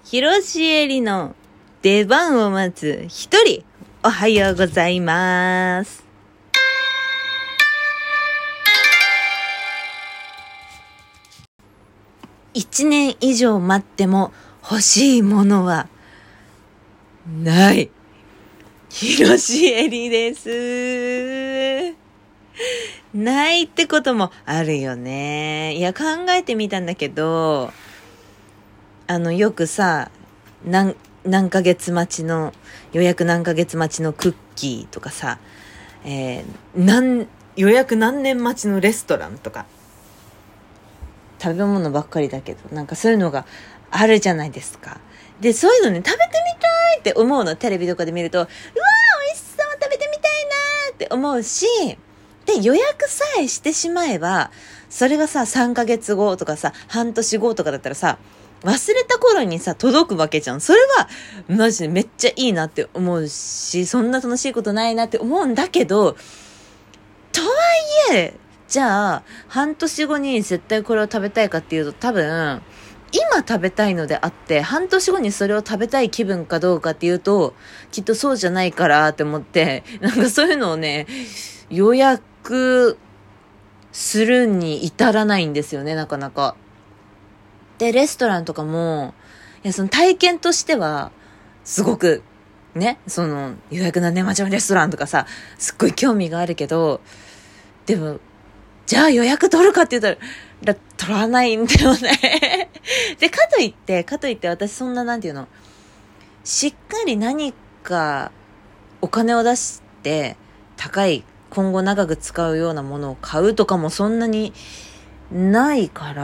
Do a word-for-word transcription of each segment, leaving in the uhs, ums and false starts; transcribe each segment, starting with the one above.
広しえりの出番を待つ一人、おはようございます。一年以上待っても欲しいものはない。広しえりです。ないってこともあるよね。いや、考えてみたんだけど、あのよくさ、何何ヶ月待ちの予約何ヶ月待ちのクッキーとかさ、えー、何予約何年待ちのレストランとか、食べ物ばっかりだけど、なんかそういうのがあるじゃないですか。で、そういうのね、食べてみたいって思うの。テレビとかで見ると、うわー美味しそう、食べてみたいなって思うし、で予約さえしてしまえば、それがささんかげつごとかさ半年後とかだったらさ、忘れた頃にさ届くわけじゃん。それはマジでめっちゃいいなって思うし、そんな楽しいことないなって思うんだけど、とはいえじゃあ半年後に絶対これを食べたいかっていうと、多分今食べたいのであって、半年後にそれを食べたい気分かどうかっていうと、きっとそうじゃないからって思って、なんかそういうのをね、予約するに至らないんですよね、なかなか。で、レストランとかも、いや、その体験としては、すごく、ね、その、予約何年待ちのレストランとかさ、すっごい興味があるけど、でも、じゃあ予約取るかって言ったら、取らないんだよね。で、かといって、かといって私そんな、なんていうの、しっかり何かお金を出して、高い、今後長く使うようなものを買うとかもそんなにないから、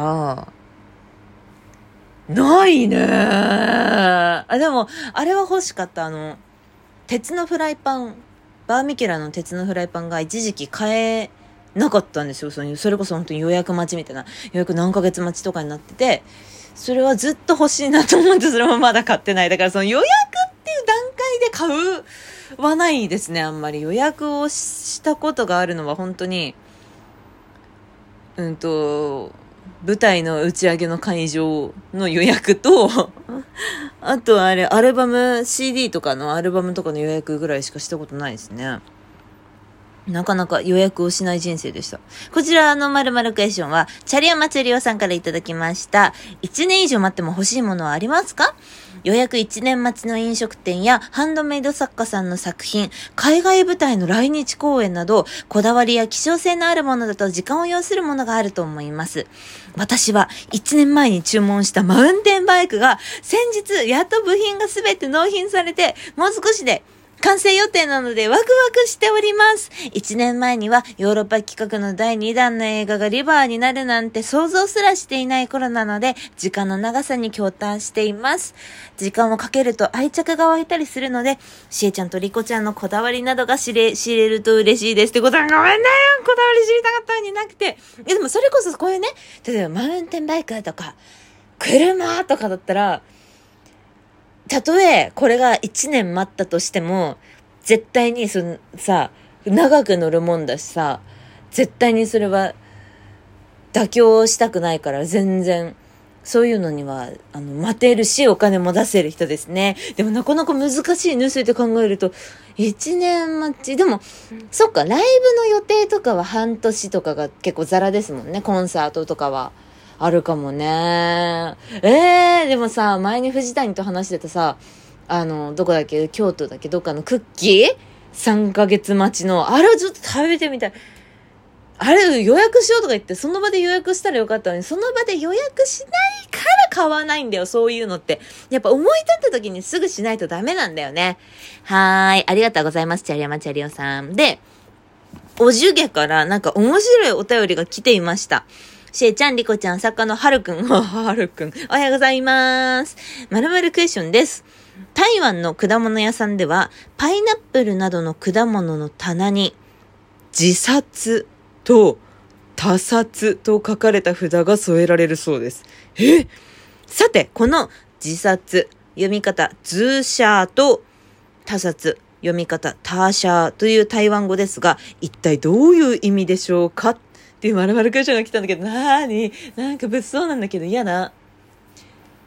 ないね。あ、でも、あれは欲しかった。あの、鉄のフライパン、バーミキュラの鉄のフライパンが一時期買えなかったんですよ。そのそれこそ本当に予約待ちみたいな、予約何ヶ月待ちとかになってて、それはずっと欲しいなと思って、それもまだ買ってない。だからその予約っていう段階で買うはないですね。あんまり予約をしたことがあるのは本当に、うんと、舞台の打ち上げの会場の予約とあとはあれアルバム シーディー とかのアルバムとかの予約ぐらいしかしたことないですね。なかなか予約をしない人生でした。こちらの〇〇クエスチョンはチャリオマチャリオさんからいただきました。いちねん以上待っても欲しいものはありますか？予約いちねん待ちの飲食店やハンドメイド作家さんの作品、海外舞台の来日公演など、こだわりや希少性のあるものだと時間を要するものがあると思います。私はいちねんまえに注文したマウンテンバイクが先日やっと部品がすべて納品されて、もう少しで完成予定なのでワクワクしております。いちねんまえにはヨーロッパ企画のだいにだんの映画がリバーになるなんて想像すらしていない頃なので、時間の長さに驚嘆しています。時間をかけると愛着が湧いたりするので、しえちゃんとりこちゃんのこだわりなどが知れ、知れると嬉しいですってことは、ごめんね、こだわり知りたかったのになくて。え、でもそれこそこういうね、例えばマウンテンバイクとか車とかだったら、たとえこれがいちねん待ったとしても、絶対にそのさ、長く乗るもんだしさ、絶対にそれは妥協したくないから、全然そういうのにはあの待てるし、お金も出せる人ですね。でもなかなか難しいね、そうやって考えると。いちねん待ち。でもそっか、ライブの予定とかは半年とかが結構ザラですもんね。コンサートとかはあるかもね。えー、でもさ、前に藤谷と話してたさ、あの、どこだっけ、京都だっけ、どっかのクッキー ?さん ヶ月待ちの、あれをちょっと食べてみたい。あれ予約しようとか言って、その場で予約したらよかったのに、その場で予約しないから買わないんだよ、そういうのって。やっぱ思い立った時にすぐしないとダメなんだよね。はーい、ありがとうございます、チャリヤマチャリオさん。で、おじゅげからなんか面白いお便りが来ていました。しえちゃん、りこちゃん、作家のはるくん、はるくん、おはようございます。まるまるクエスチョンです。台湾の果物屋さんでは、パイナップルなどの果物の棚に、自殺と他殺と書かれた札が添えられるそうです。え？さて、この自殺、読み方、ズーシャーと他殺、読み方、ターシャーという台湾語ですが、一体どういう意味でしょうかっていう丸々クエスチョンが来たんだけど、なーになんか物騒なんだけど嫌だ。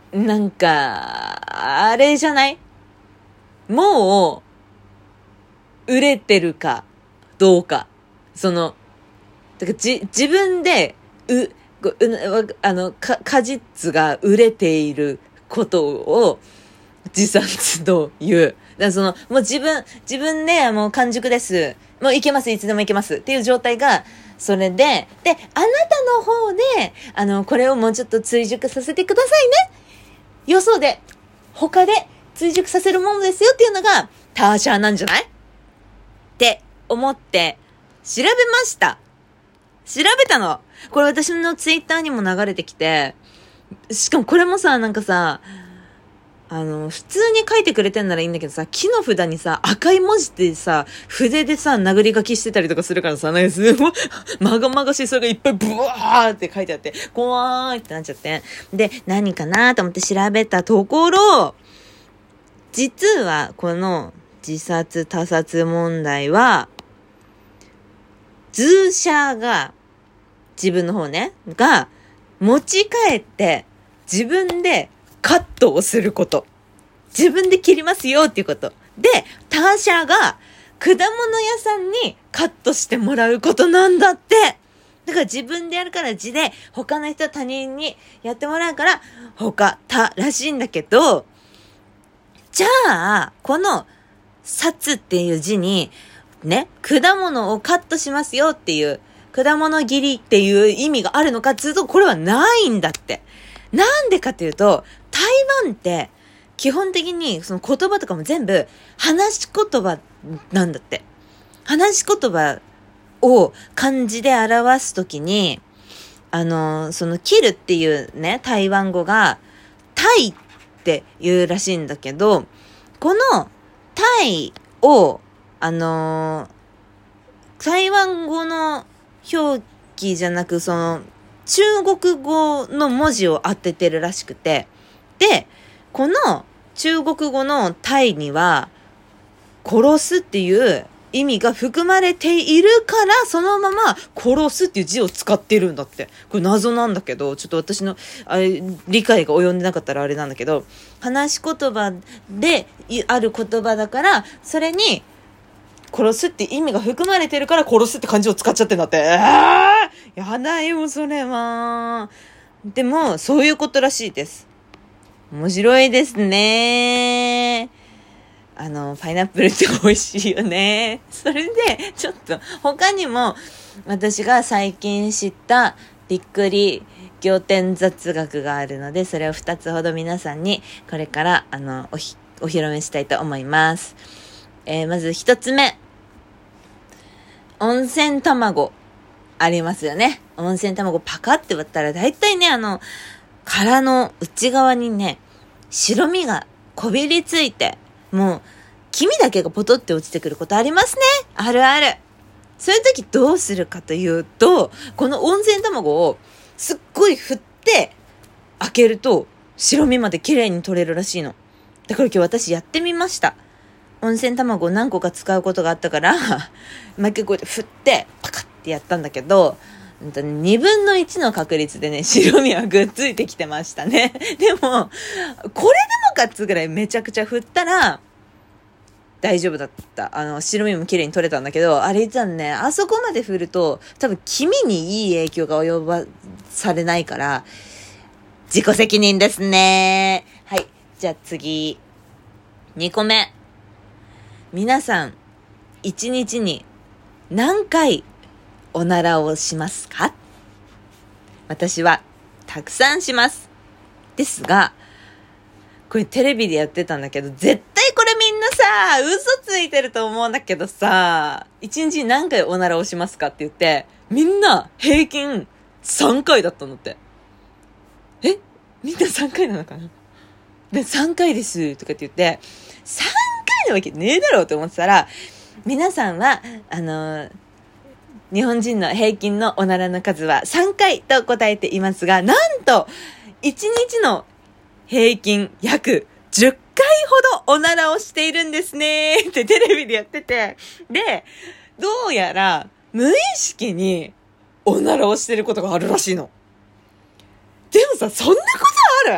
なんか、あれじゃない？もう、売れてるか、どうか。その、だからじ、自分で、う、う、あの、か、果実が売れていることを、自殺という。だからその、もう自分、自分でもう完熟です。もういけます、いつでもいけますっていう状態が、それで、で、あなたの方で、あの、これをもうちょっと追熟させてくださいね。よそで、他で追熟させるものですよっていうのが、ターシャーなんじゃないって思って、調べました。調べたの。これ私のツイッターにも流れてきて、しかもこれもさ、なんかさ、あの、普通に書いてくれてんならいいんだけどさ、木の札にさ、赤い文字でさ、筆でさ、殴り書きしてたりとかするからさ、なんかすごい、まがまがしいそれがいっぱいブワーって書いてあって、怖ーいってなっちゃって。で、何かなと思って調べたところ、実はこの自殺他殺問題は、ズーシャーが、自分の方ね、が、持ち帰って、自分で、カットをすること。自分で切りますよっていうこと。で、ターシャが果物屋さんにカットしてもらうことなんだって。だから自分でやるから字で他の人他人にやってもらうから他、他らしいんだけど、じゃあ、この殺っていう字にね、果物をカットしますよっていう果物切りっていう意味があるのかっていうとこれはないんだって。なんでかっていうと、台湾って基本的にその言葉とかも全部話し言葉なんだって。話し言葉を漢字で表すときに、あの、その切るっていうね、台湾語がタイって言うらしいんだけど、このタイを、あの、台湾語の表記じゃなく、その、中国語の文字を当ててるらしくて、で、この中国語のタイには、殺すっていう意味が含まれているから、そのまま殺すっていう字を使ってるんだって。これ謎なんだけど、ちょっと私のあれ理解が及んでなかったらあれなんだけど、話し言葉である言葉だから、それに、殺すって意味が含まれてるから殺すって漢字を使っちゃってんだって。えー、やだよ、それは。でも、そういうことらしいです。面白いですね。あの、パイナップルって美味しいよね。それで、ちょっと、他にも、私が最近知ったびっくり仰天雑学があるので、それをふたつほど皆さんに、これから、あの、おひ、お披露目したいと思います。えー、まず一つ目。温泉卵。ありますよね。温泉卵パカって割ったら、だいたいね、あの、殻の内側にね、白身がこびりついて、もう、黄身だけがポトって落ちてくることありますね。あるある。そういう時どうするかというと、この温泉卵をすっごい振って開けると、白身まで綺麗に取れるらしいの。だから今日私やってみました。温泉卵を何個か使うことがあったから、毎回こうやって振って、パカッってやったんだけど、にぶんのいちの確率でね、白身はぐっついてきてましたね。でも、これでもかっつぐらいめちゃくちゃ振ったら、大丈夫だった。あの、白身も綺麗に取れたんだけど、あれじゃんね、あそこまで振ると、多分黄身にいい影響が及ばされないから、自己責任ですね。はい。じゃあ次。にこめ。皆さん、いちにちに何回おならをしますか？私はたくさんします。ですが、これテレビでやってたんだけど、絶対これみんなさ、嘘ついてると思うんだけどさ、いちにちに何回おならをしますかって言って、みんな平均さんかいだったんだって。え？みんなさんかいなのかな？で、さんかいですとかって言って、さんかいなわけねえだろうと思ってたら、皆さんは、あのー、日本人の平均のおならの数はさんかいと答えていますが、なんと、いちにちの平均約じゅっかいほどおならをしているんですねってテレビでやってて、で、どうやら無意識におならをしてることがあるらしいの。でもさ、そんなことある？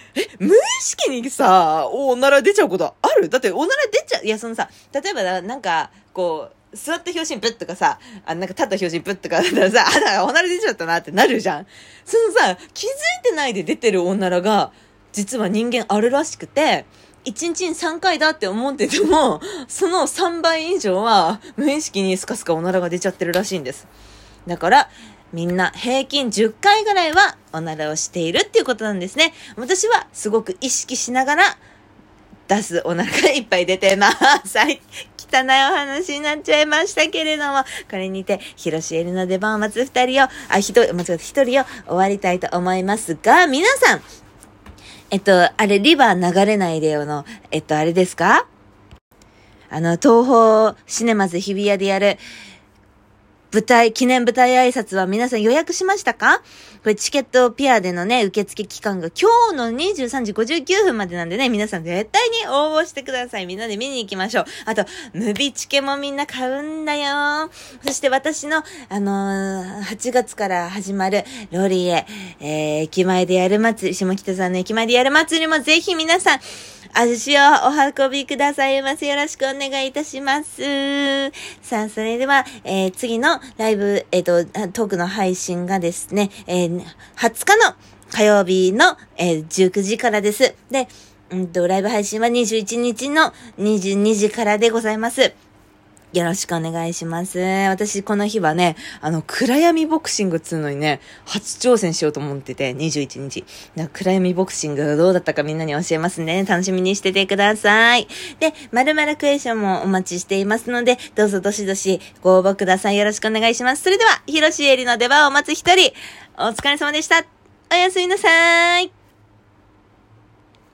え、無意識にさ、おなら出ちゃうことある？だっておなら出ちゃう。いや、そのさ、例えばな、なんか、こう、座った表紙にプッとかさ、あ、なんか立った表紙にプッとかだったらさ、あ、だおなら出ちゃったなってなるじゃん。そのさ、気づいてないで出てるおならが、実は人間あるらしくて、いちにちにさんかいだって思ってても、そのさんばい以上は無意識にスカスカおならが出ちゃってるらしいんです。だから、みんな平均じゅっかいぐらいはおならをしているっていうことなんですね。私はすごく意識しながら出すおならがいっぱい出てます。はい。汚いお話になっちゃいましたけれども、これにて、広しえりの出番を待つ二人を、あ、ひと、間違えた、一人を終わりたいと思いますが、皆さん、えっと、あれ、リバー流れないでよの、えっと、あれですか？あの、東宝シネマズ日比谷でやる、舞台、記念舞台挨拶は皆さん予約しましたか？これチケットピアでのね、受付期間が今日のにじゅうさんじごじゅうきゅうふんまでなんでね、皆さん絶対に応募してください。みんなで見に行きましょう。あと、ムビチケもみんな買うんだよ。そして私の、あのー、はちがつから始まるロリエ、えー、駅前でやる祭り、下北沢の駅前でやる祭りもぜひ皆さん、足をお運びくださいませ。よろしくお願いいたします。さあ、それでは、えー、次のライブ、えっと、トークの配信がですね、えー、はつかの火曜日の、えー、じゅうくじからです。で、うんと、ライブ配信はにじゅういちにちのにじゅうにじからでございます。よろしくお願いします。私、この日はね、あの、暗闇ボクシングっつうのにね、初挑戦しようと思ってて、にじゅういちにち。暗闇ボクシングどうだったかみんなに教えますね。楽しみにしててください。で、〇〇クエスチョンもお待ちしていますので、どうぞどしどしご応募ください。よろしくお願いします。それでは、広しえりの出番を待つ一人、お疲れ様でした。おやすみなさーい。